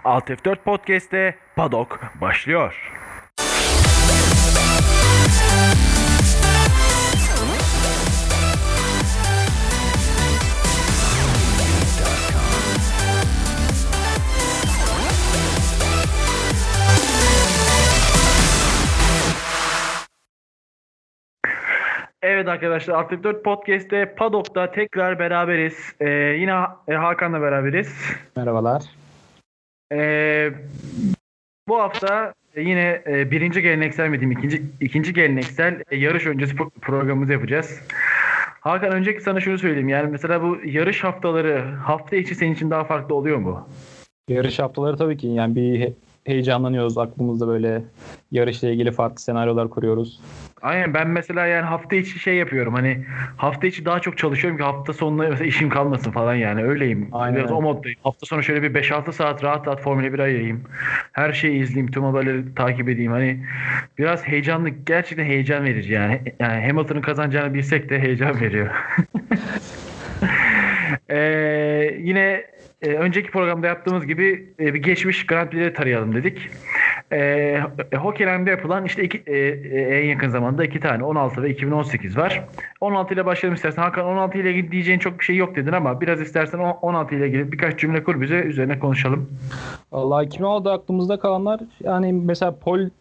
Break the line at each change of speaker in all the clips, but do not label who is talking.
Alt F4 Podcast'te Paddock başlıyor. Evet arkadaşlar, Alt F4 Podcast'te Paddock'ta tekrar beraberiz. Yine Hakan'la beraberiz.
Merhabalar.
Bu hafta yine birinci geleneksel mi diyeyim, ikinci geleneksel yarış öncesi programımızı yapacağız. Hakan, önceki sana şunu söyleyeyim. Yani mesela bu yarış haftaları hafta içi senin için daha farklı oluyor mu?
Yarış haftaları tabii ki yani bir heyecanlanıyoruz. Aklımızda böyle yarışla ilgili farklı senaryolar kuruyoruz.
Aynen, ben mesela yani hafta içi şey yapıyorum, hani hafta içi daha çok çalışıyorum ki hafta sonunda mesela işim kalmasın falan, yani öyleyim.
Aynen.
Biraz o moddayım. Hafta sonu şöyle bir 5-6 saat rahat Formula 1 ayırayım. Her şeyi izleyeyim, tüm haberleri takip edeyim. Hani biraz heyecanlı, gerçekten heyecan verici yani. Yani Hamilton'ın kazanacağını bilsek de heyecan veriyor. Yine önceki programda yaptığımız gibi bir geçmiş Grand Prix'leri tarayalım dedik. Hockenheim'de yapılan işte en yakın zamanda 2 tane 16 ve 2018 var. 16 ile başlayalım istersen. Hakan, 16 ile ilgili diyeceğin çok bir şey yok dedin ama biraz istersen 16 ile ilgili birkaç cümle kur, bize üzerine konuşalım.
Vallahi 2016'da aklımızda kalanlar yani mesela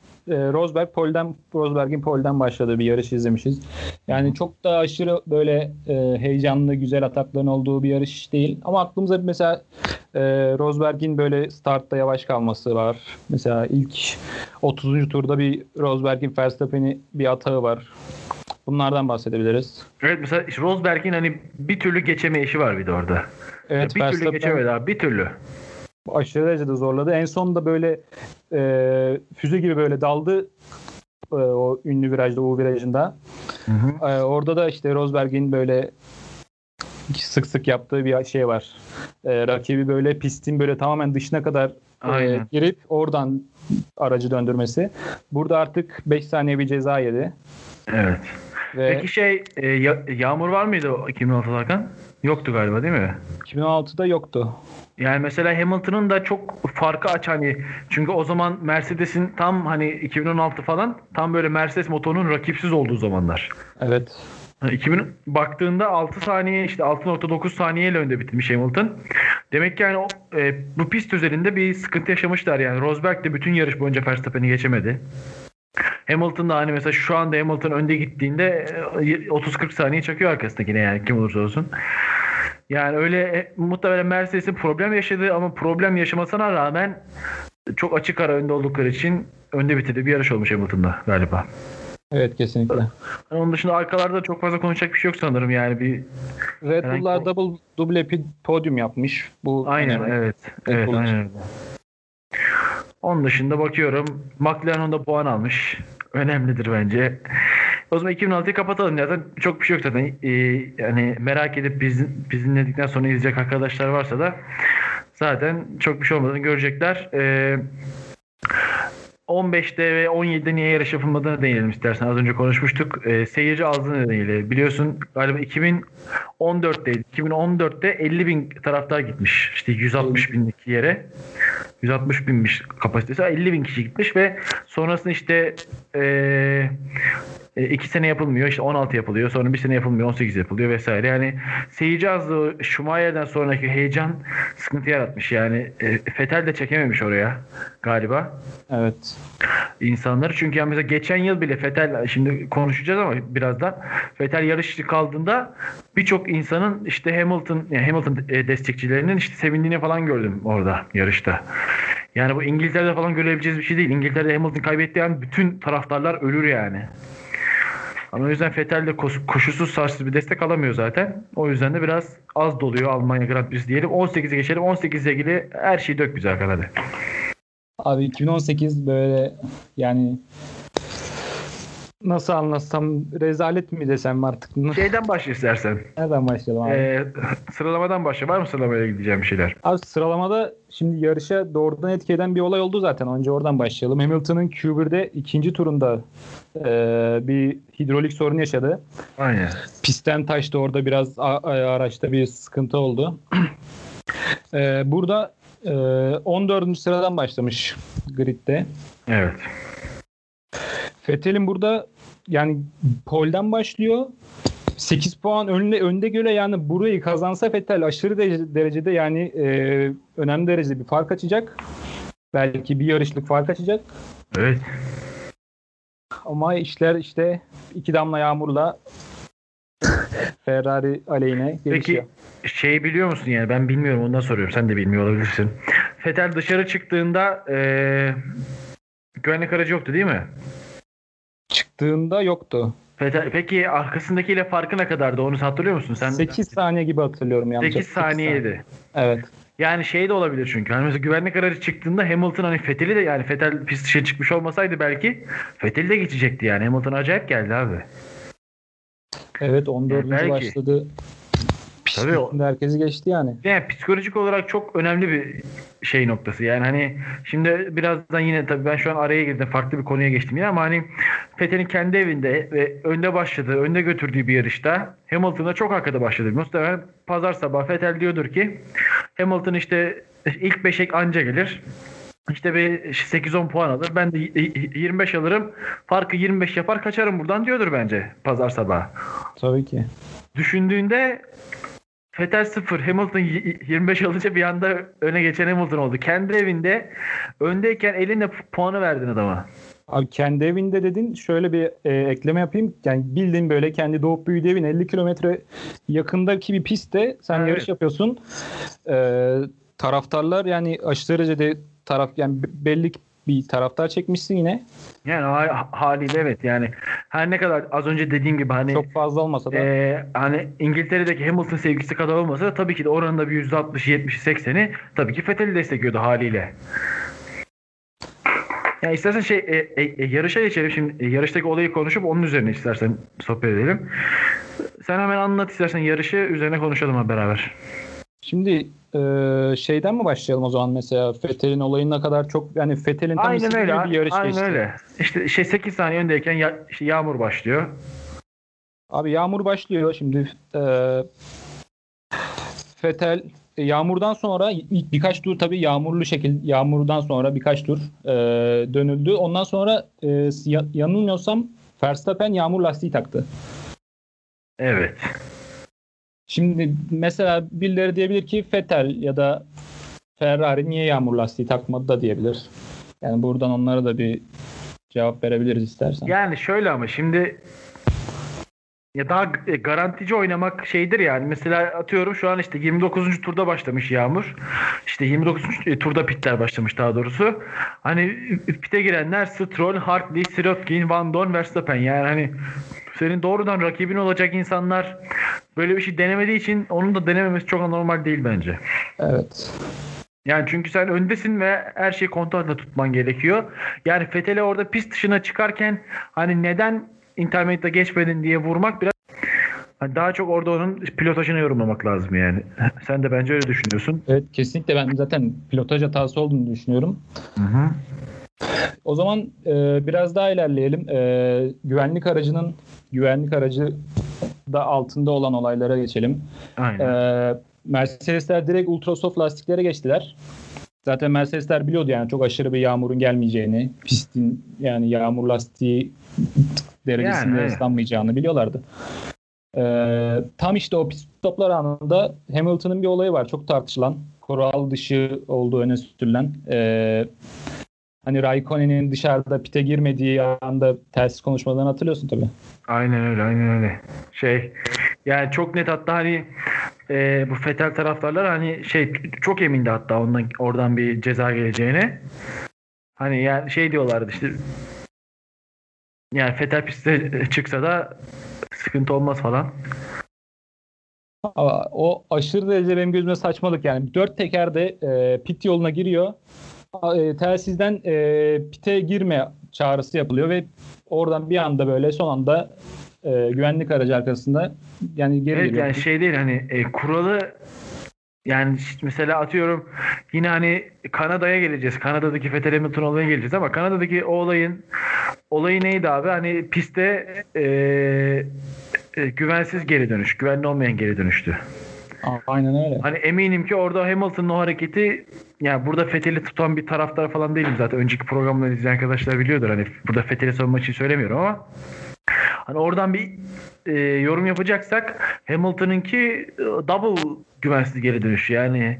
Rosberg'in pole'den başladığı bir yarış izlemişiz. Yani çok da aşırı böyle heyecanlı, güzel atakların olduğu bir yarış değil. Ama aklımıza mesela Rosberg'in böyle startta yavaş kalması var. Mesela ilk 30. turda bir Rosberg'in Verstappen'i bir atağı var. Bunlardan bahsedebiliriz.
Evet, mesela Rosberg'in hani bir türlü geçemeyişi var bir de orada.
Evet,
bir türlü geçemedi abi, bir türlü.
Aşırı derecede zorladı. En sonunda böyle füze gibi böyle daldı o ünlü virajda, U virajında.
Hı hı.
Orada da işte Rosberg'in böyle sık sık yaptığı bir şey var. Rakibi böyle pistin böyle tamamen dışına kadar girip oradan aracı döndürmesi. Burada artık 5 saniye bir ceza yedi.
Evet. Peki yağmur var mıydı o 2016'da Hakan? Yoktu galiba, değil mi?
2016'da yoktu.
Yani mesela Hamilton'ın da çok farkı hani, çünkü o zaman Mercedes'in tam hani 2016 falan tam böyle Mercedes motorunun rakipsiz olduğu zamanlar.
Evet.
2000 baktığında 6 saniye, işte 6.9 saniyeyle önde bitirmiş Hamilton. Demek ki yani bu pist üzerinde bir sıkıntı yaşamışlar yani. Rosberg de bütün yarış boyunca Verstappen'i geçemedi. Hamilton da hani mesela şu anda Hamilton önde gittiğinde 30-40 saniye çakıyor arkasındakine, yani kim olursa olsun. Yani öyle muhtemelen Mercedes'in problem yaşadığı ama problem yaşamasına rağmen çok açık ara önde oldukları için önde bitirdiği bir yarış olmuş Hamilton'da galiba.
Evet, kesinlikle.
Yani onun dışında arkalarda çok fazla konuşacak bir şey yok sanırım yani. Bir
Red Bull'lar double podyum yapmış. Bu
aynen, evet. Evet, aynen öyle. Onun dışında bakıyorum, McLaren Honda puan almış. Önemlidir bence. O zaman 2016'yı kapatalım zaten. Çok bir şey yok zaten. Yani merak edip biz dinledikten sonra izleyecek arkadaşlar varsa da zaten çok bir şey olmadığını görecekler. 15'te ve 17'de niye yarış yapılmadığını değinelim istersen. Az önce konuşmuştuk. Seyirci azlığı nedeniyle. Biliyorsun galiba 2014'teydi. 2014'te 50 bin taraftar gitmiş. İşte 160 binlik yere. 160 binmiş kapasitesi. 50 bin kişi gitmiş ve sonrasında işte 2 sene yapılmıyor. İşte 16 yapılıyor. Sonra 1 sene yapılmıyor. 18 yapılıyor vesaire. Yani seyirci azlığı Schumacher'den sonraki heyecan sıkıntı yaratmış. Yani Vettel de çekememiş oraya galiba.
Evet.
İnsanları. Çünkü yani mesela geçen yıl bile Vettel, şimdi konuşacağız ama birazdan, Vettel yarışçı kaldığında birçok insanın işte Hamilton destekçilerinin işte sevindiğini falan gördüm orada yarışta. Yani bu İngiltere'de falan görebileceğiz bir şey değil. İngiltere'de Hamilton kaybettiği an bütün taraftarlar ölür yani. Ama o yüzden Vettel de koşulsuz şartsız bir destek alamıyor zaten. O yüzden de biraz az doluyor Almanya Grand Prix'si diyelim. 18'e geçelim. 18 ile ilgili her şeyi dök bize Hakan, hadi.
Abi 2018 böyle yani nasıl anlatsam, rezalet mi desem artık?
Şeyden başla istersen.
Nereden başlayalım abi?
Sıralamadan başla. Var mı sıralamaya gideceğim bir şeyler?
Abi sıralamada şimdi yarışa doğrudan etki eden bir olay oldu zaten. Önce oradan başlayalım. Hamilton'ın Q1'de ikinci turunda bir hidrolik sorun yaşadı.
Aynen.
Pistten taştı, orada biraz araçta bir sıkıntı oldu. Burada 14. sıradan başlamış gridde.
Evet.
Vettel'in burada yani pole'den başlıyor. 8 puan önde göre, yani burayı kazansa Vettel aşırı derecede yani önemli derecede bir fark açacak. Belki bir yarışlık fark açacak.
Evet.
Ama işler işte iki damla yağmurla Ferrari aleyhine gelişiyor.
Peki şey biliyor musun, yani ben bilmiyorum, ondan soruyorum, sen de bilmiyor olabilirsin. Vettel dışarı çıktığında güvenlik aracı yoktu değil mi?
Çıktığında yoktu.
Vettel, peki arkasındakiyle farkı ne kadardı, onu hatırlıyor musun? Sen
8 saniye gibi hatırlıyorum yanlış.
8 saniyeydi.
Evet.
Yani şey de olabilir çünkü. Hani mesela güvenlik aracı çıktığında Hamilton, hani Vettel'i de, yani Vettel pist dışına çıkmış olmasaydı belki Vettel'i de geçecekti yani. Hamilton acayip geldi abi.
Evet, 14.
Yani belki.
başladı.
Tabii o.
Herkesi geçti yani.
Yani psikolojik olarak çok önemli bir şey noktası. Yani hani şimdi birazdan yine tabii ben şu an araya girdim, farklı bir konuya geçtim yine, ama hani Vettel'in kendi evinde ve önde başladığı, önde götürdüğü bir yarışta Hamilton'a çok arkada başladı. Muhtemelen pazar sabah Vettel diyordur ki Hamilton işte ilk 5'e anca gelir. İşte bir 8-10 puan alır. Ben de 25 alırım. Farkı 25 yapar, kaçarım buradan diyordur bence pazar sabahı.
Tabii ki.
Düşündüğünde Vettel 0, Hamilton 25 alınca bir anda öne geçen Hamilton oldu. Kendi evinde öndeyken elinle puanı verdin adama.
Abi kendi evinde dedin, şöyle bir ekleme yapayım. Yani bildiğin böyle kendi doğup büyüdüğü evin 50 kilometre yakındaki bir pistte sen yarış yapıyorsun. Taraftarlar yani aşırı derecede yani belli bir taraftar çekmişsin yine.
Yani haliyle evet, yani her ne kadar az önce dediğim gibi hani
çok fazla olmasa da
hani İngiltere'deki Hamilton sevgisi kadar olmasa da tabii ki de oranında bir %60'ı 70'i 80'i tabii ki Vettel'i destekliyordu haliyle. Ya istersen yarışa geçelim. Şimdi yarıştaki olayı konuşup onun üzerine istersen sohbet edelim. Sen hemen anlat istersen yarışı, üzerine konuşalım hep beraber.
Şimdi şeyden mi başlayalım o zaman, mesela Vettel'in olayına kadar çok, yani Vettel'in tam istediği bir yarış
aynen
geçti.
öyle. İşte 8 saniye öndeyken yağmur başlıyor.
Abi yağmur başlıyor şimdi. Vettel yağmurdan sonra ilk birkaç tur tabii yağmurdan sonra birkaç tur dönüldü. Ondan sonra yanılmıyorsam Verstappen yağmur lastiği taktı.
Evet.
Şimdi mesela birileri diyebilir ki Vettel ya da Ferrari niye yağmur lastiği takmadı da diyebilir. Yani buradan onlara da bir cevap verebiliriz istersen.
Yani şöyle, ama şimdi ya daha garantici oynamak şeydir yani. Mesela atıyorum şu an işte 29. turda başlamış yağmur. İşte 29. turda pitler başlamış daha doğrusu. Hani pite girenler Stroll, Hartley, Sirotkin, Van Dorn, Verstappen. Yani hani senin doğrudan rakibin olacak insanlar böyle bir şey denemediği için onun da denememesi çok anormal değil bence.
Evet.
Yani çünkü sen öndesin ve her şeyi kontrolde tutman gerekiyor. Yani Vettel'e orada pist dışına çıkarken hani neden intermediate'da geçmedin diye vurmak biraz, hani daha çok orada onun pilotajını yorumlamak lazım yani. Sen de bence öyle düşünüyorsun.
Evet, kesinlikle ben zaten pilotaj hatası olduğunu düşünüyorum.
Hı.
O zaman biraz daha ilerleyelim. Güvenlik aracı da altında olan olaylara geçelim.
Aynen.
Mercedesler direkt ultrasoft lastiklere geçtiler. Zaten Mercedesler biliyordu yani çok aşırı bir yağmurun gelmeyeceğini, pistin yani yağmur lastiği derecesinde ıslanmayacağını biliyorlardı. Tam işte o pit stoplar anında Hamilton'ın bir olayı var, çok tartışılan, kural dışı olduğu öne sürülen. Hani Raikkonen'in dışarıda pite girmediği anda telsiz konuşmalarını hatırlıyorsun tabii.
Aynen öyle. Yani çok net, hatta hani bu Vettel taraftarlar hani çok emindi hatta oradan bir ceza geleceğine. Hani yani diyorlardı işte, yani Vettel piste çıksa da sıkıntı olmaz falan.
Ama o aşırı derece benim gözüme saçmalık yani. 4 teker de pit yoluna giriyor. Telsizden pite girme çağrısı yapılıyor ve oradan bir anda böyle son anda güvenlik aracı arkasında yani geri geliyor.
Yani değil hani kuralı, yani mesela atıyorum yine hani Kanada'ya geleceğiz. Kanada'daki Vettel Hamilton olayına geleceğiz ama Kanada'daki o olayı neydi abi? Hani pistte güvensiz geri dönüş. Güvenli olmayan geri dönüştü.
Aynen öyle.
Hani eminim ki orada Hamilton'ın o hareketi, yani burada Vettel'i tutan bir taraftar falan değilim zaten. Önceki programları izleyen arkadaşlar biliyordur. Hani burada Vettel'i savunmak için söylemiyorum ama hani oradan bir yorum yapacaksak Hamilton'ınki double güvensiz geri dönüş. Yani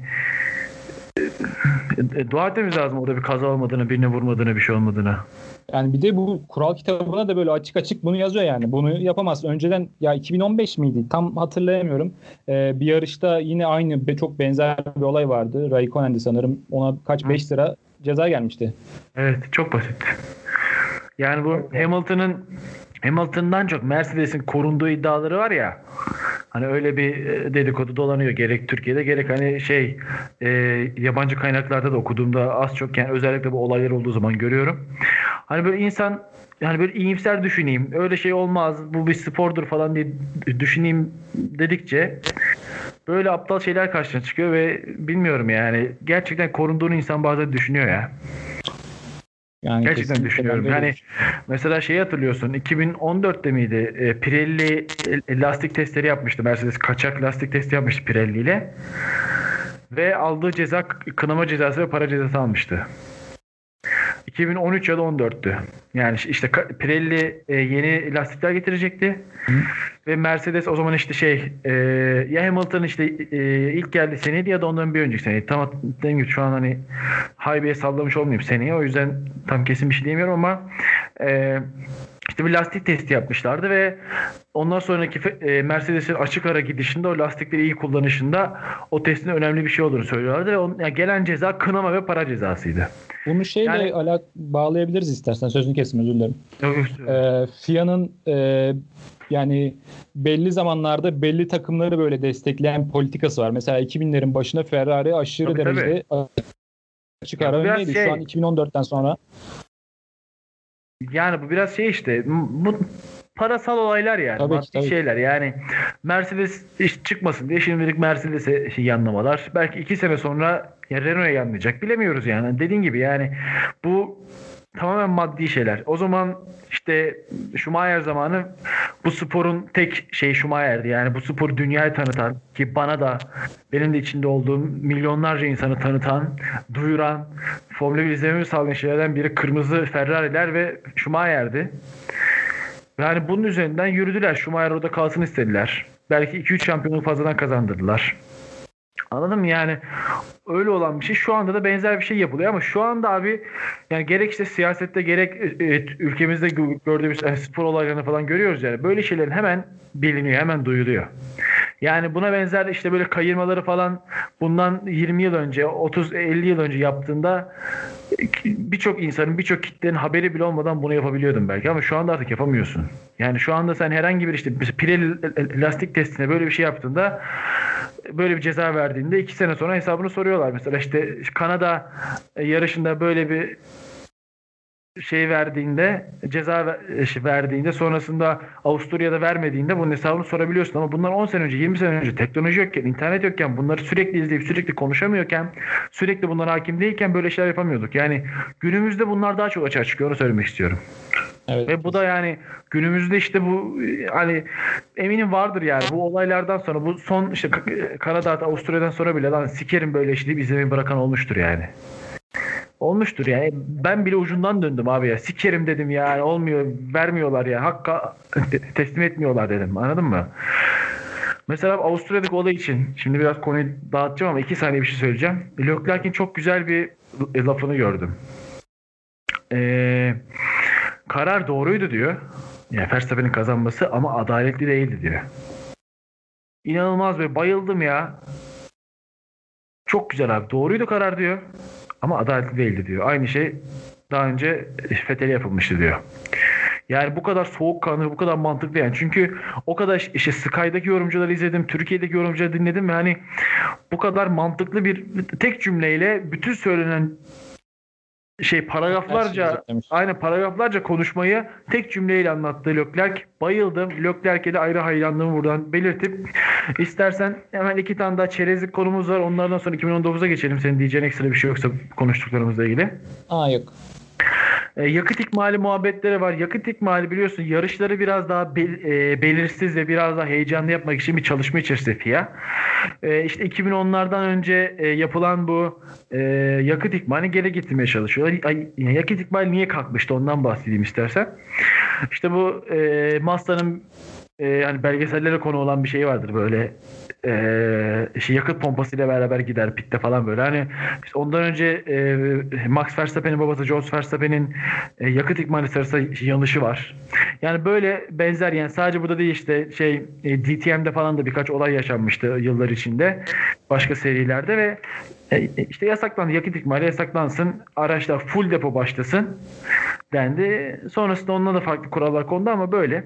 dua etmemiz lazım orada bir kaza olmadığını, birine vurmadığını, bir şey olmadığını.
Yani bir de bu kural kitabına da böyle açık açık bunu yazıyor yani. Bunu yapamazsın. Önceden ya 2015 miydi? Tam hatırlayamıyorum. Bir yarışta yine aynı çok benzer bir olay vardı. Raikkonen'di sanırım. Ona kaç 5 lira ceza gelmişti.
Evet, çok basit. Yani bu Hamilton'dan çok Mercedes'in korunduğu iddiaları var ya. Hani öyle bir dedikodu dolanıyor gerek Türkiye'de gerek hani yabancı kaynaklarda da okuduğumda az çok, yani özellikle bu olaylar olduğu zaman görüyorum. Hani böyle insan, yani böyle iyimser düşüneyim, öyle şey olmaz, bu bir spordur falan diye düşüneyim dedikçe böyle aptal şeyler karşına çıkıyor ve bilmiyorum yani, gerçekten korunduğunu insan bazen düşünüyor ya.
Yani
Gerçekten düşünüyorum. Yani mesela şeyi hatırlıyorsun, 2014'te miydi? Pirelli lastik testleri yapmıştı. Mercedes kaçak lastik testi yapmıştı Pirelli ile. Ve aldığı ceza kınama cezası ve para cezası almıştı. 2013 ya da 14'tü. Yani işte Pirelli yeni lastikler getirecekti. Ve Mercedes o zaman işte ya Hamilton işte ilk geldi seneydi ya da ondan bir önceki seneydi. Tam dediğim gibi şu an hani haybiye sallamış olmayayım seneye. O yüzden tam kesin bir şey diyemiyorum ama işte bir lastik testi yapmışlardı ve ondan sonraki Mercedes'in açık ara gidişinde o lastikleri iyi kullanışında o testin önemli bir şey olduğunu söylüyorlardı ve yani gelen ceza kınama ve para cezasıydı.
Bunu şeyle bağlayabiliriz istersen. Sözünü kestim, özür dilerim. FIA'nın yani belli zamanlarda belli takımları böyle destekleyen politikası var. Mesela 2000'lerin başında Ferrari aşırı derecede açık ara öndeydi. Şu an 2014'ten sonra.
Yani bu biraz işte bu parasal olaylar yani. Maddi şeyler. Yani Mercedes hiç çıkmasın diye şimdilik Mercedes'e yanlamalar. Belki 2 sene sonra ya Renault'a yanlayacak. Bilemiyoruz yani. Dediğin gibi yani bu tamamen maddi şeyler. O zaman işte Schumacher zamanı bu sporun tek Schumacher'di. Yani bu sporu dünyaya tanıtan, ki bana da benim de içinde olduğum milyonlarca insanı tanıtan, duyuran, Formula 1 izlememi sağlayan şeylerden biri kırmızı Ferrari'ler ve Schumacher'di. Yani bunun üzerinden yürüdüler. Schumacher orada kalsın istediler. Belki 2-3 şampiyonluk fazladan kazandırdılar. Anladın mı? Yani öyle olan bir şey. Şu anda da benzer bir şey yapılıyor ama şu anda abi yani gerek işte siyasette gerek ülkemizde gördüğümüz spor olaylarını falan görüyoruz yani. Böyle şeylerin hemen biliniyor, hemen duyuluyor. Yani buna benzer işte böyle kayırmaları falan bundan 20 yıl önce, 30-50 yıl önce yaptığında birçok insanın, birçok kitlenin haberi bile olmadan bunu yapabiliyordun belki ama şu anda artık yapamıyorsun. Yani şu anda sen herhangi bir işte Pirelli lastik testine böyle bir şey yaptığında, böyle bir ceza verdiğinde 2 sene sonra hesabını soruyorlar. Mesela işte Kanada yarışında böyle bir ceza verdiğinde sonrasında Avusturya'da vermediğinde bunun hesabını sorabiliyorsun ama bunlar 10 sene önce, 20 sene önce teknoloji yokken, internet yokken, bunları sürekli izleyip sürekli konuşamıyorken, sürekli bunlara hakim değilken böyle şeyler yapamıyorduk. Yani günümüzde bunlar daha çok açığa çıkıyor, onu söylemek istiyorum. Evet. Ve bu da yani günümüzde işte bu hani eminim vardır yani bu olaylardan sonra, bu son işte Kanada, Avusturya'dan sonra bile lan sikerim böyle işte deyip izlemeyi bırakan olmuştur yani. Olmuştur yani. Ben bile ucundan döndüm abi ya. Sikerim dedim ya. Olmuyor. Vermiyorlar ya. Hakka teslim etmiyorlar dedim. Anladın mı? Mesela Avusturya'daki olay için şimdi biraz konuyu dağıtacağım ama 2 saniye bir şey söyleyeceğim. Leclerc'in çok güzel bir lafını gördüm. Karar doğruydu diyor. Yani Verstappen'in kazanması ama adaletli değildi diyor. İnanılmaz be. Bayıldım ya. Çok güzel abi. Doğruydu karar diyor. Ama adaletli değildi diyor. Aynı şey daha önce Vettel'e yapılmıştı diyor. Yani bu kadar soğukkanlı, bu kadar mantıklı yani. Çünkü o kadar işte Sky'daki yorumcuları izledim, Türkiye'deki yorumcuları dinledim ve hani bu kadar mantıklı bir tek cümleyle bütün söylenen paragraflarca konuşmayı tek cümleyle anlattı Leclerc. Bayıldım. Leclerc'e de ayrı hayranlığımı buradan belirtip istersen hemen 2 tane daha çerezlik konumuz var. Onlardan sonra 2019'a geçelim. Senin diyeceğin ekstra bir şey yoksa konuştuklarımızla ilgili.
Yok.
Yakıt ikmali muhabbetleri var. Yakıt ikmali biliyorsun yarışları biraz daha belirsiz ve biraz daha heyecanlı yapmak için bir çalışma içerisinde FIA. İşte 2010'lardan önce yapılan bu yakıt ikmalini geri getirmeye çalışıyorlar. Yakıt ikmali niye kalkmıştı ondan bahsedeyim istersen. İşte bu Massa'nın hani belgesellere konu olan bir şey vardır böyle işte yakıt pompasıyla beraber gider pitte falan böyle. Hani işte ondan önce Max Verstappen'in babası George Verstappen'in yakıt ikmali sırasında yanlışı var. Yani böyle benzer yani sadece burada değil işte DTM'de falan da birkaç olay yaşanmıştı yıllar içinde başka serilerde ve işte yasaklandı. Yakıt ikmali yasaklansın. Araçlar full depo başlasın dendi. Sonrasında onunla da farklı kurallar kondu ama böyle.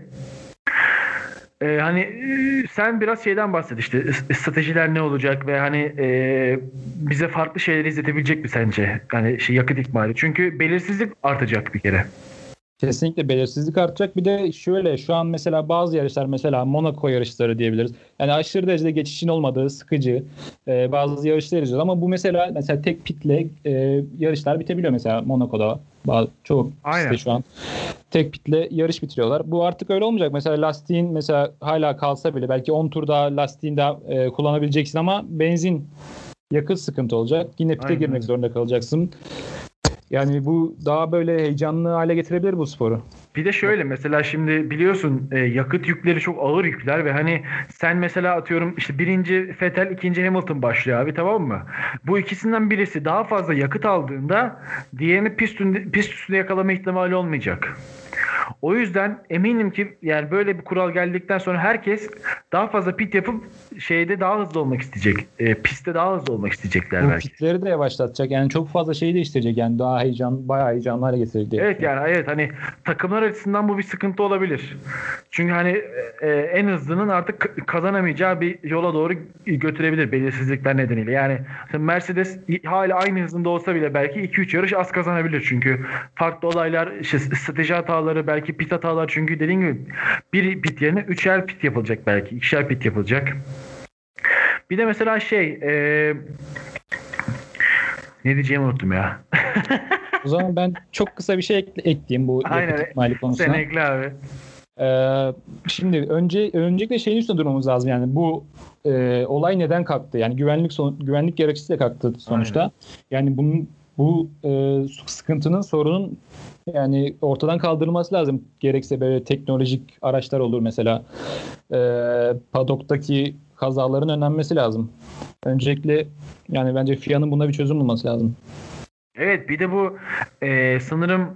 Hani sen biraz şeyden bahset işte stratejiler ne olacak ve hani bize farklı şeyleri izletebilecek mi sence? Hani yakıt ikmali. Çünkü belirsizlik artacak bir kere.
Kesinlikle belirsizlik artacak. Bir de şöyle şu an mesela bazı yarışlar mesela Monaco yarışları diyebiliriz. Yani aşırı derecede geçişin olmadığı sıkıcı bazı yarışlar izliyoruz ama bu mesela tek pitle yarışlar bitebiliyor mesela Monaco'da. Çoğu pistte şu an tek pitle yarış bitiriyorlar. Bu artık öyle olmayacak. Mesela lastiğin mesela hala kalsa bile belki 10 tur daha lastiğini daha kullanabileceksin ama benzin yakıt sıkıntı olacak. Yine pite girmek zorunda kalacaksın. Yani bu daha böyle heyecanlı hale getirebilir bu sporu.
Bir de şöyle mesela şimdi biliyorsun yakıt yükleri çok ağır yükler ve hani sen mesela atıyorum işte birinci Vettel ikinci Hamilton başlıyor abi tamam mı? Bu ikisinden birisi daha fazla yakıt aldığında diğerini pist üstünde yakalama ihtimali olmayacak. O yüzden eminim ki yani böyle bir kural geldikten sonra herkes daha fazla pit yapıp daha hızlı olmak isteyecek. Pistte daha hızlı olmak isteyecekler
bu
belki.
Pitleri de yavaşlatacak. Yani çok fazla şeyi değiştirecek. Yani daha bayağı heyecanlı hale getirecek diye.
Evet yani evet hani takımlar açısından bu bir sıkıntı olabilir. Çünkü hani en hızlının artık kazanamayacağı bir yola doğru götürebilir belirsizlikler nedeniyle. Yani Mercedes hala aynı hızında olsa bile belki 2-3 yarış az kazanabilir. Çünkü farklı olaylar, strateji hataları, belki pit hataları. Çünkü dediğim gibi bir pit yerine 3'er pit yapılacak belki. 2'şer pit yapılacak. Bir de mesela ne diyeceğimi unuttum ya.
O zaman ben çok kısa bir şey ekleyeyim bu yakıt ikmali konusuna.
Sen ekle abi.
Şimdi öncelikle şeyin üstünde durmamız lazım yani bu olay neden kalktı? Yani güvenlik gerekçesiyle kalktı sonuçta. Aynen. Yani bu sıkıntının sorunun yani ortadan kaldırılması lazım. Gerekse böyle teknolojik araçlar olur mesela. Padoktaki kazaların önlenmesi lazım. Öncelikle yani bence FIA'nın buna bir çözüm bulması lazım.
Evet bir de bu sanırım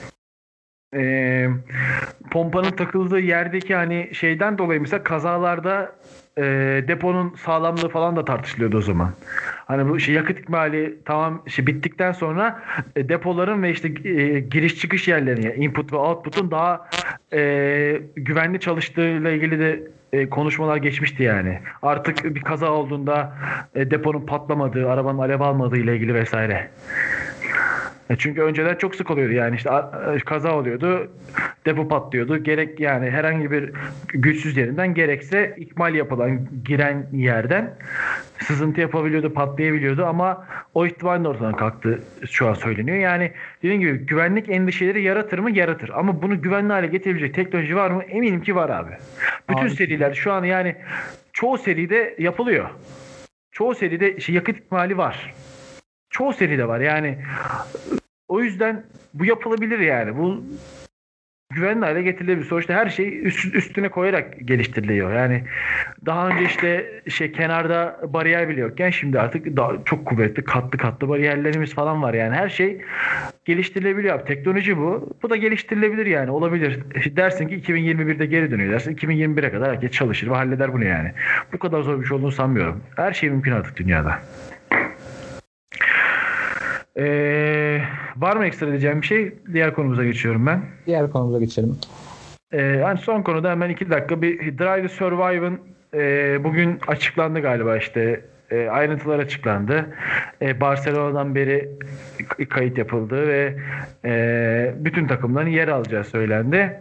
pompanın takıldığı yerdeki hani şeyden dolayı mesela kazalarda deponun sağlamlığı falan da tartışılıyordu o zaman. Hani bu yakıt ikmali tamam bittikten sonra depoların ve giriş çıkış yerlerine yani input ve output'un daha güvenli çalıştığıyla ilgili de konuşmalar geçmişti yani. Artık bir kaza olduğunda deponun patlamadığı, arabanın alev almadığı ile ilgili vesaire. Çünkü önceden çok sık oluyordu yani kaza oluyordu, depo patlıyordu. Gerek yani herhangi bir güçsüz yerinden gerekse ikmal yapılan giren yerden sızıntı yapabiliyordu, patlayabiliyordu ama o ihtimal de ortadan kalktı şu an söyleniyor. Yani dediğim gibi güvenlik endişeleri yaratır mı? Yaratır. Ama bunu güvenli hale getirebilecek teknoloji var mı? Eminim ki var abi. Bütün seriler şu an yani çoğu seride yapılıyor. Çoğu seride yakıt ikmali var. Çoğu seride var yani. O yüzden bu yapılabilir yani. Bu güvenli hale getirilebilir. Sonuçta her şey üstüne koyarak geliştiriliyor. Yani daha önce kenarda bariyer bile yokken şimdi artık daha çok kuvvetli katlı bariyerlerimiz falan var. Yani her şey geliştirilebiliyor. Teknoloji bu. Bu da geliştirilebilir yani. Olabilir. Dersin ki 2021'de geri dönüyor dersin. 2021'e kadar herkes çalışır ve halleder bunu yani. Bu kadar zor bir şey olduğunu sanmıyorum. Her şey mümkün artık dünyada. Var mı ekstra diyeceğim bir şey? Diğer konumuza geçiyorum ben.
Diğer konumuza geçelim.
Yani son konuda hemen 2 dakika bir Drive to Survive'ın bugün açıklandı galiba ayrıntılar açıklandı. Barcelona'dan beri kayıt yapıldı ve bütün takımların yer alacağı söylendi.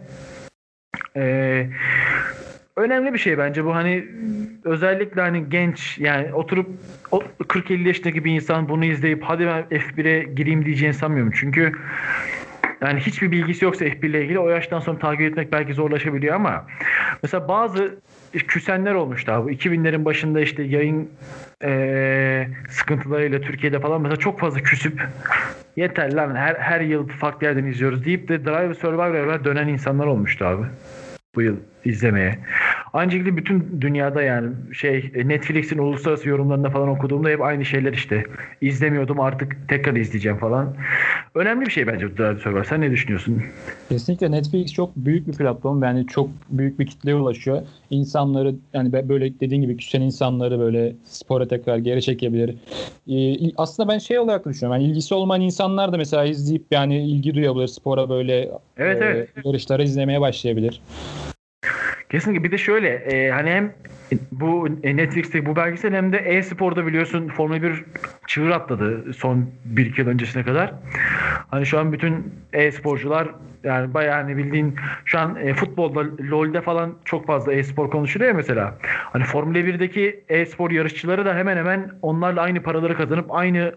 Önemli bir şey bence bu hani özellikle hani genç yani oturup 40-50 yaşındaki bir insan bunu izleyip hadi ben F1'e gireyim diyeceğini sanmıyorum. Çünkü yani hiçbir bilgisi yoksa F1 ile ilgili o yaştan sonra takip etmek belki zorlaşabiliyor ama mesela bazı küsenler olmuştu abi. 2000'lerin başında işte yayın sıkıntılarıyla Türkiye'de falan mesela çok fazla küsüp yeter lan her yıl farklı yerden izliyoruz deyip de Drive Survivor'a dönen insanlar olmuştu abi. Bu yıl izlemeye. Aynı şekilde bütün dünyada yani Netflix'in uluslararası yorumlarında falan okuduğumda hep aynı şeyler işte. İzlemiyordum artık tekrar izleyeceğim falan. Önemli bir şey bence bu Drive to Survive. Sen ne düşünüyorsun?
Kesinlikle Netflix çok büyük bir platform. Yani çok büyük bir kitleye ulaşıyor. İnsanları yani böyle dediğin gibi küsen insanları böyle spora tekrar geri çekebilir. Aslında ben şey olarak da düşünüyorum. Yani ilgisi olmayan insanlar da mesela izleyip yani ilgi duyabilir. Spora böyle
Evet.
yarışları izlemeye başlayabilir.
Kesinlikle. Bir de şöyle hani hem bu Netflix'teki bu belgesel hem de e-sporda biliyorsun Formula 1 çığır atladı son 1-2 yıl öncesine kadar. Hani şu an bütün e-sporcular yani bayağı hani bildiğin şu an futbolda LoL'de falan çok fazla e-spor konuşuluyor mesela. Hani Formula 1'deki e-spor yarışçıları da hemen hemen onlarla aynı paraları kazanıp aynı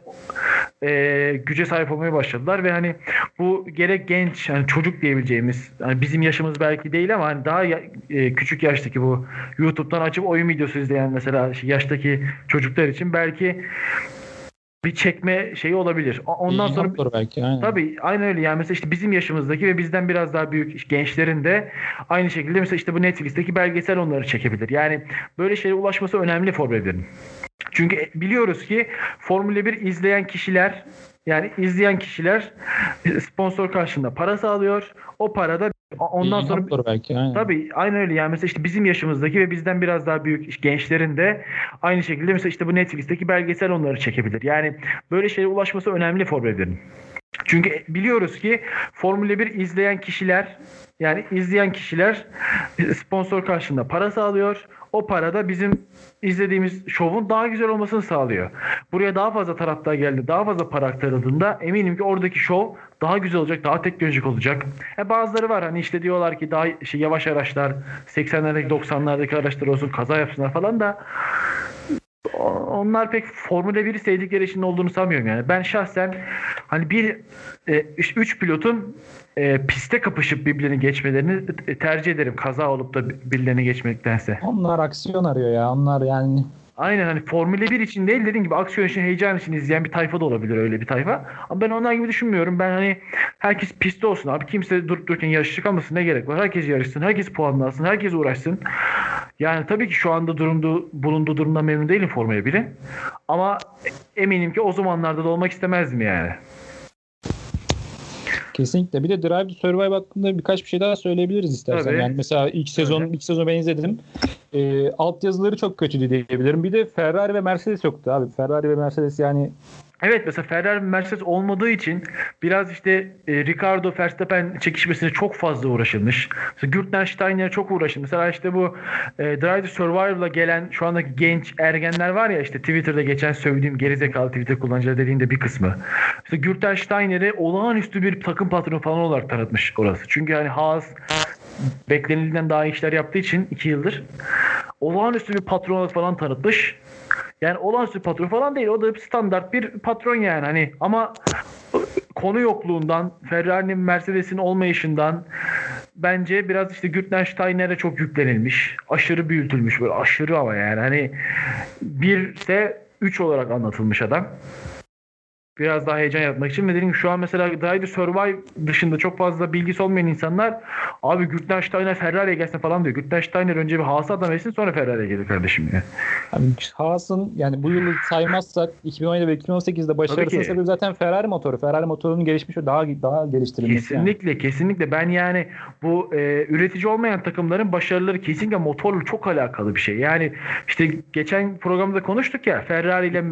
güce sahip olmaya başladılar ve hani bu gerek genç yani çocuk diyebileceğimiz hani bizim yaşımız belki değil ama hani daha küçük yaştaki bu YouTube'dan açıp oyun videosu izleyen mesela yaştaki çocuklar için belki bir çekme şeyi olabilir. Ondan sonra
belki, aynen.
Tabii aynen öyle. Yani mesela işte bizim yaşımızdaki ve bizden biraz daha büyük gençlerin de aynı şekilde mesela işte bu Netflix'teki belgesel onları çekebilir. Yani böyle şeylere ulaşması önemli Formula 1'in. Çünkü biliyoruz ki Formula 1 izleyen kişiler sponsor karşılığında para sağlıyor. O para da ondan sonra
belki, aynen.
Tabii aynen öyle. Yani mesela işte bizim yaşımızdaki ve bizden biraz daha büyük gençlerin de aynı şekilde mesela işte bu Netflix'teki belgesel onları çekebilir. Yani böyle şeylere ulaşması önemli Formula 1'in. Çünkü biliyoruz ki Formula 1 izleyen kişiler sponsor karşılığında para sağlıyor. O para da bizim izlediğimiz şovun daha güzel olmasını sağlıyor. Buraya daha fazla taraftar geldi, daha fazla para aktarıldığında eminim ki oradaki şov daha güzel olacak, daha teknolojik olacak. Bazıları var hani işte diyorlar ki daha yavaş araçlar, 80'lerdeki 90'lardaki araçlar olsun kaza yapsınlar falan da onlar pek Formula 1'i sevdikleri için olduğunu sanmıyorum yani. Ben şahsen hani üç pilotun piste kapışıp birbirlerini geçmelerini tercih ederim. Kaza olup da birilerini geçmektense.
Onlar aksiyon arıyor ya. Onlar yani
Aynen hani Formula 1 için değil dediğin gibi aksiyon için, heyecan için izleyen bir tayfa da olabilir öyle bir tayfa. Ama ben onlar gibi düşünmüyorum. Ben hani herkes pistte olsun abi. Kimse durup dururken yarışçı kalmasın ne gerek var? Herkes yarışsın, herkes puanlansın, herkes uğraşsın. Yani tabii ki şu anda bulunduğu durumdan memnun değilim Formula 1'in. Ama eminim ki o zamanlarda da olmak istemezdim yani.
Kesinlikle. Bir de Drive to Survive hakkında birkaç bir şey daha söyleyebiliriz istersen.
Tabii.
Yani mesela ilk sezonu ben izledim. Altyazıları çok kötü diyebilirim. Bir de Ferrari ve Mercedes yoktu abi. Ferrari ve Mercedes yani
Evet mesela Ferrari Mercedes olmadığı için biraz işte Ricardo Verstappen çekişmesine çok fazla uğraşılmış. Mesela Gürten Steiner'e çok uğraşılmış. Mesela işte bu Drive to Survive'la gelen şu andaki genç ergenler var ya işte Twitter'da geçen sövdüğüm gerizekalı Twitter kullanıcıları dediğinde bir kısmı. Mesela Gürten Steiner'i olağanüstü bir takım patronu falan olarak tanıtmış orası. Çünkü hani Haas beklenildiğinden daha iyi işler yaptığı için 2 yıldır olağanüstü bir patron olarak falan tanıtmış. Yani olağanüstü patron falan değil. O da standart bir patron yani. Hani ama konu yokluğundan, Ferrari'nin Mercedes'in olmayışından bence biraz işte Gürten Steiner'e çok yüklenilmiş. Aşırı büyütülmüş böyle aşırı ama yani hani 1'se 3 olarak anlatılmış adam. Biraz daha heyecan yaratmak için ve dediğim gibi şu an mesela Drive to Survive dışında çok fazla bilgisi olmayan insanlar abi Gürten Steiner Ferrari'ye gelsin falan diyor. Gürten Steiner önce bir Haas'a adam etsin sonra Ferrari'ye gelir kardeşim ya.
yani Haas'ın yani bu yılı saymazsak 2017 ve 2018'de başarısının sebebi zaten Ferrari motoru. Ferrari motorunun gelişmiş ve daha geliştirilmesi.
Kesinlikle. Ben yani bu üretici olmayan takımların başarıları kesinlikle motorla çok alakalı bir şey. Yani işte geçen programda konuştuk ya Ferrari ile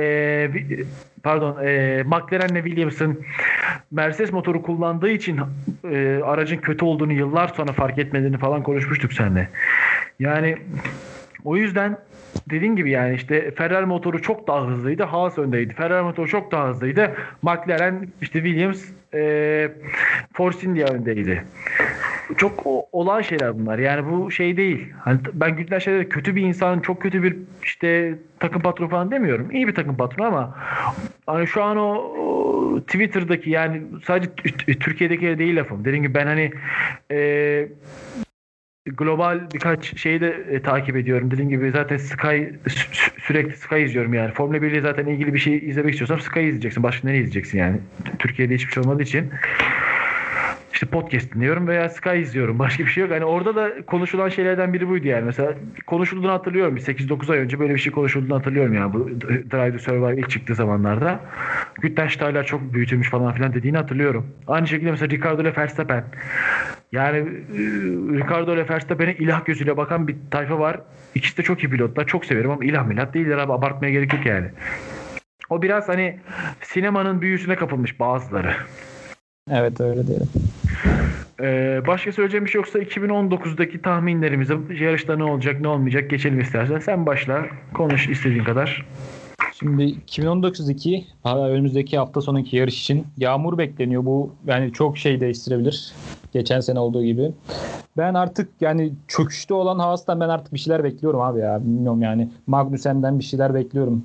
McLaren'le Williams'ın Mercedes motoru kullandığı için aracın kötü olduğunu yıllar sonra fark etmediğini falan konuşmuştuk seninle. Yani o yüzden dediğin gibi yani işte Ferrari motoru çok daha hızlıydı. Haas öndeydi. Ferrari motoru çok daha hızlıydı. McLaren işte Williams Force India öndeydi. çok olağan şeyler bunlar. Yani bu şey değil. Hani ben Günther Steiner kötü bir insan, çok kötü bir işte takım patronu falan demiyorum. İyi bir takım patronu ama hani şu an o Twitter'daki yani sadece Türkiye'deki değil lafım. Dediğim gibi ben hani e, global birkaç şeyi de takip ediyorum. Dediğim gibi zaten sürekli Sky izliyorum yani. Formula 1 ile zaten ilgili bir şey izlemek istiyorsan Sky izleyeceksin. Başka nereye izleyeceksin yani? Türkiye'de hiçbir şey olmadığı için. İşte podcast dinliyorum veya Sky izliyorum. Başka bir şey yok. Hani orada da konuşulan şeylerden biri buydu yani. Mesela konuşulduğunu hatırlıyorum. 8-9 ay önce böyle bir şey konuşulduğunu hatırlıyorum yani. Bu Drive to Survive ilk çıktığı zamanlarda. Günther Steiner çok büyütülmüş falan filan dediğini hatırlıyorum. Aynı şekilde mesela Ricardo ile Verstappen. Yani Ricardo ile Verstappen'e ilah gözüyle bakan bir tayfa var. İkisi de çok iyi pilotlar. Çok severim ama ilah milat değiller abi. Abartmaya gerek yok yani. O biraz hani sinemanın büyüsüne kapılmış bazıları.
Evet öyle diyelim.
Başka söyleyeceğim bir şey yoksa 2019'daki tahminlerimize yarışta ne olacak ne olmayacak geçelim istersen. Sen başla konuş istediğin kadar.
Şimdi 2019'daki önümüzdeki hafta sonraki yarış için yağmur bekleniyor. Bu yani çok şey değiştirebilir. Geçen sene olduğu gibi. Ben artık yani çöküşte olan Haas'tan ben artık bir şeyler bekliyorum abi ya. Bilmiyorum yani. Magnussen'den bir şeyler bekliyorum.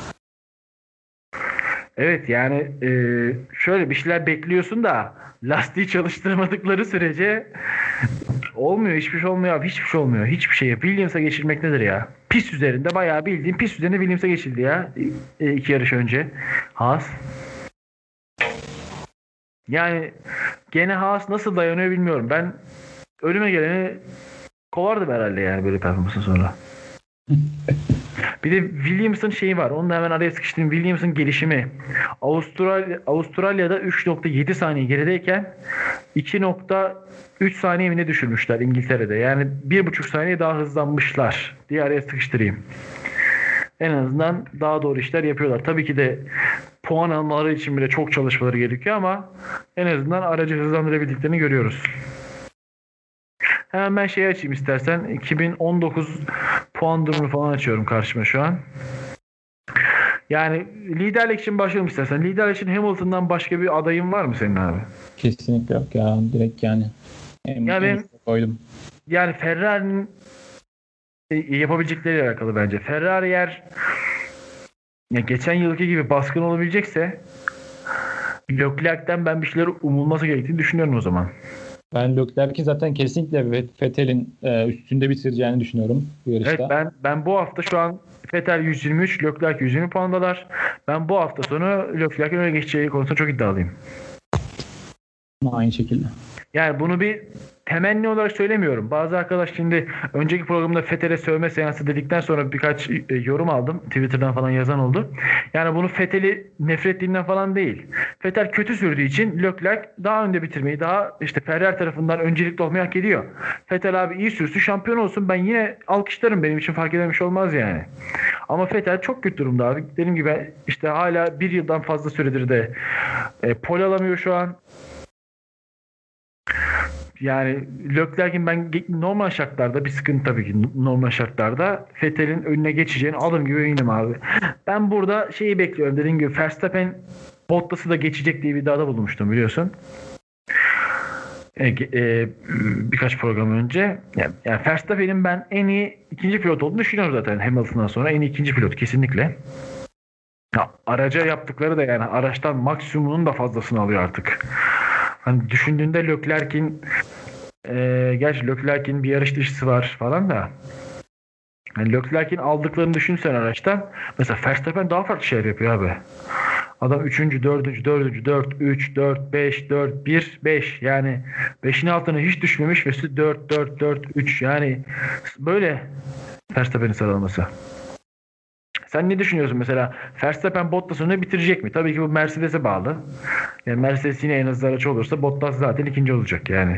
Evet yani şöyle bir şeyler bekliyorsun da lastiği çalıştırmadıkları sürece olmuyor. Hiçbir şey olmuyor abi. Hiçbir şey olmuyor. Hiçbir şey. Williams'a geçilmek nedir ya? Pist üzerinde bayağı bildiğin pist üzerinde Williams'a geçildi ya. 2 yarış önce. Haas. Yani gene Haas nasıl dayanıyor bilmiyorum. Ben önüme geleni kovardım herhalde yani böyle performansın sonra. Bir de Williams'ın şeyi var. Onu da hemen araya sıkıştırayım. Williams'ın gelişimi. Avustralya'da 3.7 saniye gerideyken 2.3 saniye mi ne düşürmüşler İngiltere'de. Yani 1.5 saniye daha hızlanmışlar diye araya sıkıştırayım. En azından daha doğru işler yapıyorlar. Tabii ki de puan almaları için bile çok çalışmaları gerekiyor ama en azından aracı hızlandırabildiklerini görüyoruz. Hemen ben şeyi açayım istersen. 2019 puan durumunu falan açıyorum karşıma şu an. Yani liderlik için başlayalım istersen. Liderlik için Hamilton'dan başka bir adayın var mı senin abi?
Kesinlikle yok ya. Direkt yani.
Yani
koydum.
Yani Ferrari'nin yapabilecekleriyle alakalı bence. Ferrari eğer geçen yılki gibi baskın olabilecekse Leclerc'ten ben bir şeyler umulması gerektiğini düşünüyorum o zaman.
Ben Leclerc'in zaten kesinlikle Vettel'in üstünde bitireceğini düşünüyorum bu yarışta.
Evet ben bu hafta şu an Vettel 123, Leclerc 120 puandalar. Ben bu hafta sonu Leclerc'in öne geçeceği konusunda çok iddialıyım.
Aynı şekilde.
Yani bunu bir temenni olarak söylemiyorum. Bazı arkadaş şimdi önceki programda Vettel'e sövme seansı dedikten sonra birkaç yorum aldım. Twitter'dan falan yazan oldu. Yani bunu Vettel'i nefret ettiğinden falan değil. Vettel kötü sürdüğü için Leclerc daha önde bitirmeyi, daha işte Ferrari tarafından öncelikli olmayı hak ediyor. Vettel abi iyi sürsün, şampiyon olsun. Ben yine alkışlarım. Benim için fark edemiş olmaz yani. Ama Vettel çok kötü durumda abi. Dediğim gibi işte hala bir yıldan fazla süredir de pole alamıyor şu an. Yani Leclerc'in ben normal şartlarda bir sıkıntı tabii ki normal şartlarda Vettel'in önüne geçeceğini adım gibi eminim abi. Ben burada şeyi bekliyorum dediğim gibi Verstappen Bottas'ı da geçecek diye bir iddiada bulunmuştum biliyorsun. Birkaç program önce. Yani Verstappen'in ben en iyi ikinci pilot olduğunu düşünüyorum zaten Hamilton'dan sonra en iyi ikinci pilot kesinlikle. Ya, araca yaptıkları da yani araçtan maksimumunun da fazlasını alıyor artık. Hani düşündüğünde Leclerc'in gerçi Leclerc'in bir yarış dışısı var falan da yani Leclerc'in aldıklarını düşünsen araçtan mesela Verstappen daha farklı şeyler yapıyor abi. Adam 3. 4. 4. 3, 4, 5, 4, 1, 5 yani 5'in altına hiç düşmemiş ve 4, 4, 4, 3 yani böyle Verstappen'in sıralaması. Sen ne düşünüyorsun mesela? Verstappen Bottas'ı ne bitirecek mi? Tabii ki bu Mercedes'e bağlı. Yani Mercedes yine en hızlı araç olursa Bottas zaten ikinci olacak yani.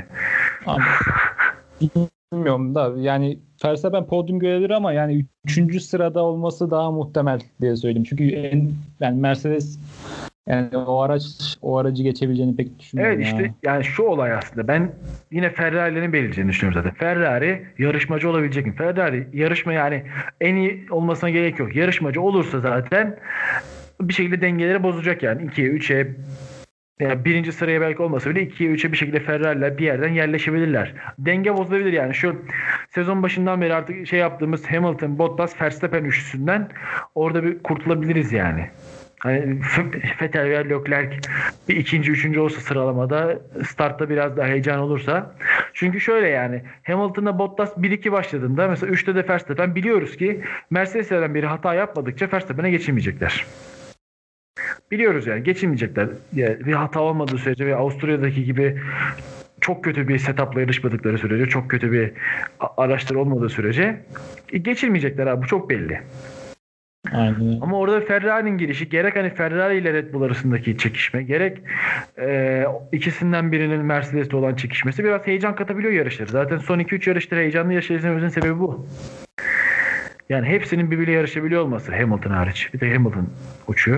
Bilmiyorum da yani Verstappen podyum görebilir ama yani 3. sırada olması daha muhtemel diye söyleyeyim. Çünkü yani Mercedes yani o aracı geçebileceğini pek düşünmüyorum.
Evet işte yani şu olay aslında. Ben yine Ferrari'lerin belirleyeceğini düşünüyorum zaten. Ferrari yarışmacı olabilecek mi? Ferrari yarışma yani en iyi olmasına gerek yok. Yarışmacı olursa zaten bir şekilde dengeleri bozacak yani. 2'ye 3'e Yani birinci sıraya belki olmasa bile 2'ye 3'e bir şekilde Ferrari'ler bir yerden yerleşebilir. Denge bozulabilir yani. Şu sezon başından beri artık yaptığımız Hamilton, Bottas, Verstappen üçlüsünden orada bir kurtulabiliriz yani. Hani Vettel veya Leclerc bir ikinci, üçüncü olsa sıralamada startta biraz daha heyecan olursa. Çünkü şöyle yani Hamilton'da Bottas 1-2 başladığında mesela 3'te de Verstappen biliyoruz ki Mercedes'lerden biri hata yapmadıkça Verstappen'e geçilmeyecekler. Biliyoruz yani geçilmeyecekler. Yani bir hata olmadığı sürece ve Avusturya'daki gibi çok kötü bir setup'la yarışmadıkları sürece, çok kötü bir araçları olmadığı sürece geçilmeyecekler abi. Bu çok belli.
Aynen.
Ama orada Ferrari'nin girişi gerek hani Ferrari ile Red Bull arasındaki çekişme gerek ikisinden birinin Mercedes'te olan çekişmesi biraz heyecan katabiliyor yarışları. Zaten son 2-3 yarıştır heyecanlı yarışlarımızın sebebi bu. Yani hepsinin birbiriyle yarışabiliyor olması Hamilton hariç. Bir de Hamilton uçuyor.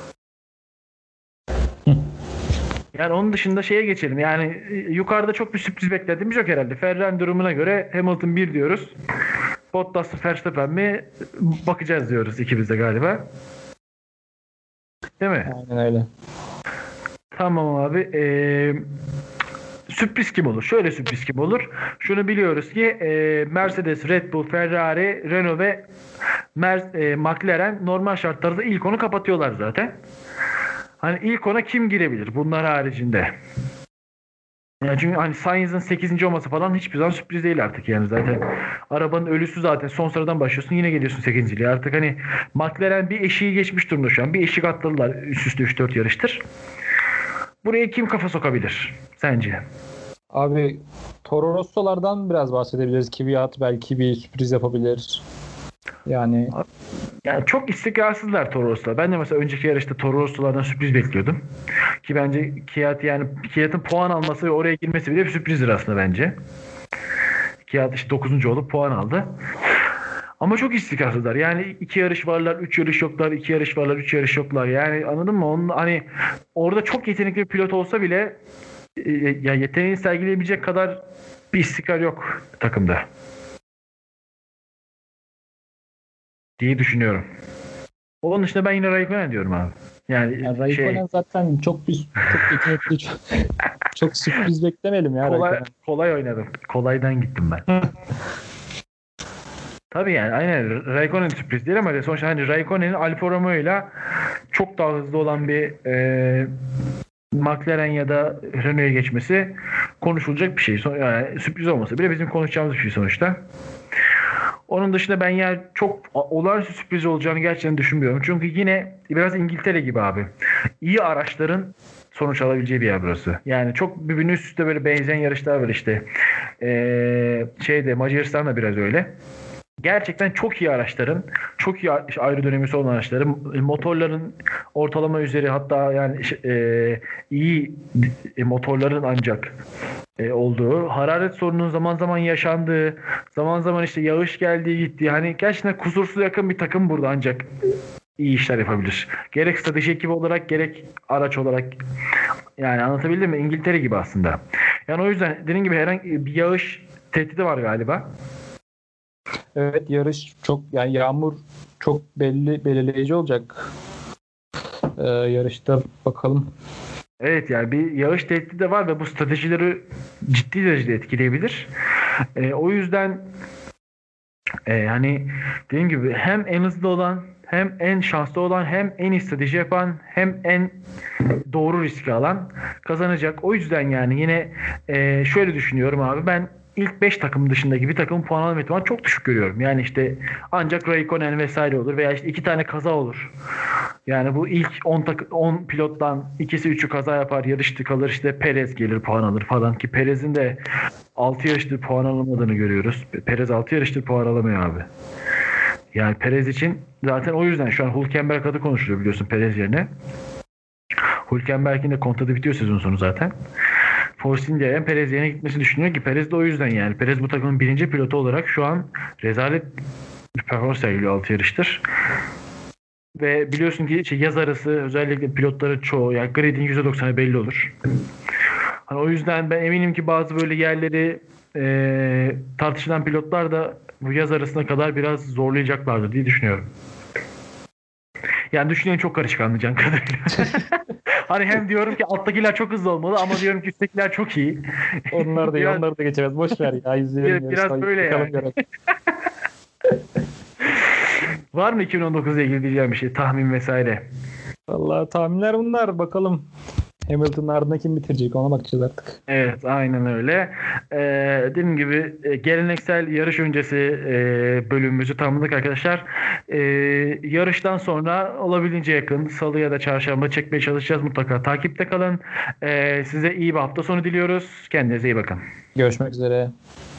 Yani onun dışında şeye geçelim. Yani yukarıda çok bir sürpriz beklediğimiz yok herhalde. Ferrari durumuna göre Hamilton 1 diyoruz. Bottas Verstappen mi? Bakacağız diyoruz ikimiz de galiba. Değil mi?
Aynen öyle.
Tamam abi. Sürpriz kim olur? Şöyle sürpriz kim olur? Şunu biliyoruz ki Mercedes, Red Bull, Ferrari, Renault ve McLaren normal şartlarda ilk onu kapatıyorlar zaten. Hani ilk ona kim girebilir bunlar haricinde? Yani çünkü hani Sainz'ın 8. olması falan hiçbir zaman sürpriz değil artık yani zaten. Arabanın ölüsü zaten son sıradan başlıyorsun yine geliyorsun 8.liğe. Artık hani McLaren bir eşiği geçmiş durumda şu an. Bir eşik atladılar üst üste 3-4 yarıştır. Buraya kim kafa sokabilir sence?
Abi Toro Rosso'lardan biraz bahsedebiliriz. Kvyat belki bir sürpriz yapabilir. Yani
çok istikrarsızlar Toro Rosso. Ben de mesela önceki yarışta Toro Rosso'lardan sürpriz bekliyordum. Ki bence Kvyat'ın puan alması ve oraya girmesi bile bir sürprizdir aslında bence. Kvyat işte 9. olup puan aldı. Ama çok istikrarsızlar. Yani 2 yarış varlar, 3 yarış yoklar, 2 yarış varlar, 3 yarış yoklar. Yani anladın mı? Onun hani orada çok yetenekli bir pilot olsa bile ya yeteneğini sergileyebilecek kadar bir istikrar yok takımda diye düşünüyorum. Onun dışında ben yine Raikkonen diyorum abi. Yani
Raikkonen zaten çok yetenekli, çok sürpriz beklemeyelim ya.
Kolay oynadım. Kolaydan gittim ben. Tabii yani aynen Raikkonen sürpriz değil ama sonuçta hani Raikkonen'in Alfa Romeo'yla çok daha hızlı olan bir McLaren ya da Renault'a geçmesi konuşulacak bir şey. Yani sürpriz olmasa bile bizim konuşacağımız bir şey sonuçta. Onun dışında ben yani çok olağanüstü sürpriz olacağını gerçekten düşünmüyorum. Çünkü yine biraz İngiltere gibi abi. İyi araçların sonuç alabileceği bir yer burası. Yani çok birbirine üst üste böyle benzeyen yarışlar var işte. Macaristan'da biraz öyle. Gerçekten çok iyi araçların, çok iyi ayrı dönemisi olan araçların, motorların ortalama üzeri hatta yani iyi motorların ancak olduğu, hararet sorununun zaman zaman yaşandığı, zaman zaman işte yağış geldiği gittiği, hani gerçekten kusursuz yakın bir takım burada ancak iyi işler yapabilir. Gerek strateji ekibi olarak gerek araç olarak yani anlatabildim mi? İngiltere gibi aslında. Yani o yüzden dediğim gibi herhangi bir yağış tehdidi var galiba.
Evet yarış çok yani yağmur çok belirleyici olacak. Yarışta bakalım.
Evet yani bir yağış tehdidi de var ve bu stratejileri ciddi derecede etkileyebilir. O yüzden hani dediğim gibi hem en hızlı olan hem en şanslı olan hem en iyi strateji yapan hem en doğru riski alan kazanacak. O yüzden yani yine şöyle düşünüyorum abi ben ilk 5 takım dışındaki bir takımın puan alma ihtimalini çok düşük görüyorum. Yani işte ancak Raikkonen vesaire olur veya işte 2 tane kaza olur. Yani bu ilk 10 pilottan ikisi 3'ü kaza yapar, yarışta kalır işte Perez gelir puan alır falan ki Perez'in de 6 yarıştır puan alamadığını görüyoruz. Perez 6 yarıştır puan alamıyor abi. Yani Perez için zaten o yüzden şu an Hülkenberg adı konuşuluyor biliyorsun Perez yerine. Hülkenberg'in de kontratı bitiyor sezon sonu zaten. Force India'ya Perez yerine gitmesi düşünüyor ki Perez de o yüzden yani. Perez bu takımın birinci pilotu olarak şu an rezalet bir performans sergiliyor 6 yarıştır. Ve biliyorsun ki yaz arası özellikle pilotların çoğu yani grid'in %90'ı belli olur. Hani o yüzden ben eminim ki bazı böyle yerleri tartışılan pilotlar da bu yaz arasına kadar biraz zorlayacaklardır diye düşünüyorum. Yani düşünen çok karışık anlayacağın kadarıyla. Hani hem diyorum ki alttakiler çok hızlı olmalı ama diyorum ki üsttekiler çok iyi.
Onlar da iyi,
Biraz-
onları da geçemez. Boş ver ya, izleyelim.
Biraz
yarışmayı.
böyle
Bakalım,
yani.
görelim.
Var mı 2019 ile ilgili diyeceğim bir şey? Tahmin vesaire.
Vallahi tahminler bunlar. Bakalım Hamilton'ın ardına kim bitirecek, ona bakacağız artık.
Evet, aynen öyle. Dediğim gibi geleneksel yarış öncesi bölümümüzü tamamladık arkadaşlar. Yarıştan sonra olabildiğince yakın salı ya da çarşamba çekmeye çalışacağız. Mutlaka takipte kalın. Size iyi bir hafta sonu diliyoruz. Kendinize iyi bakın.
Görüşmek üzere.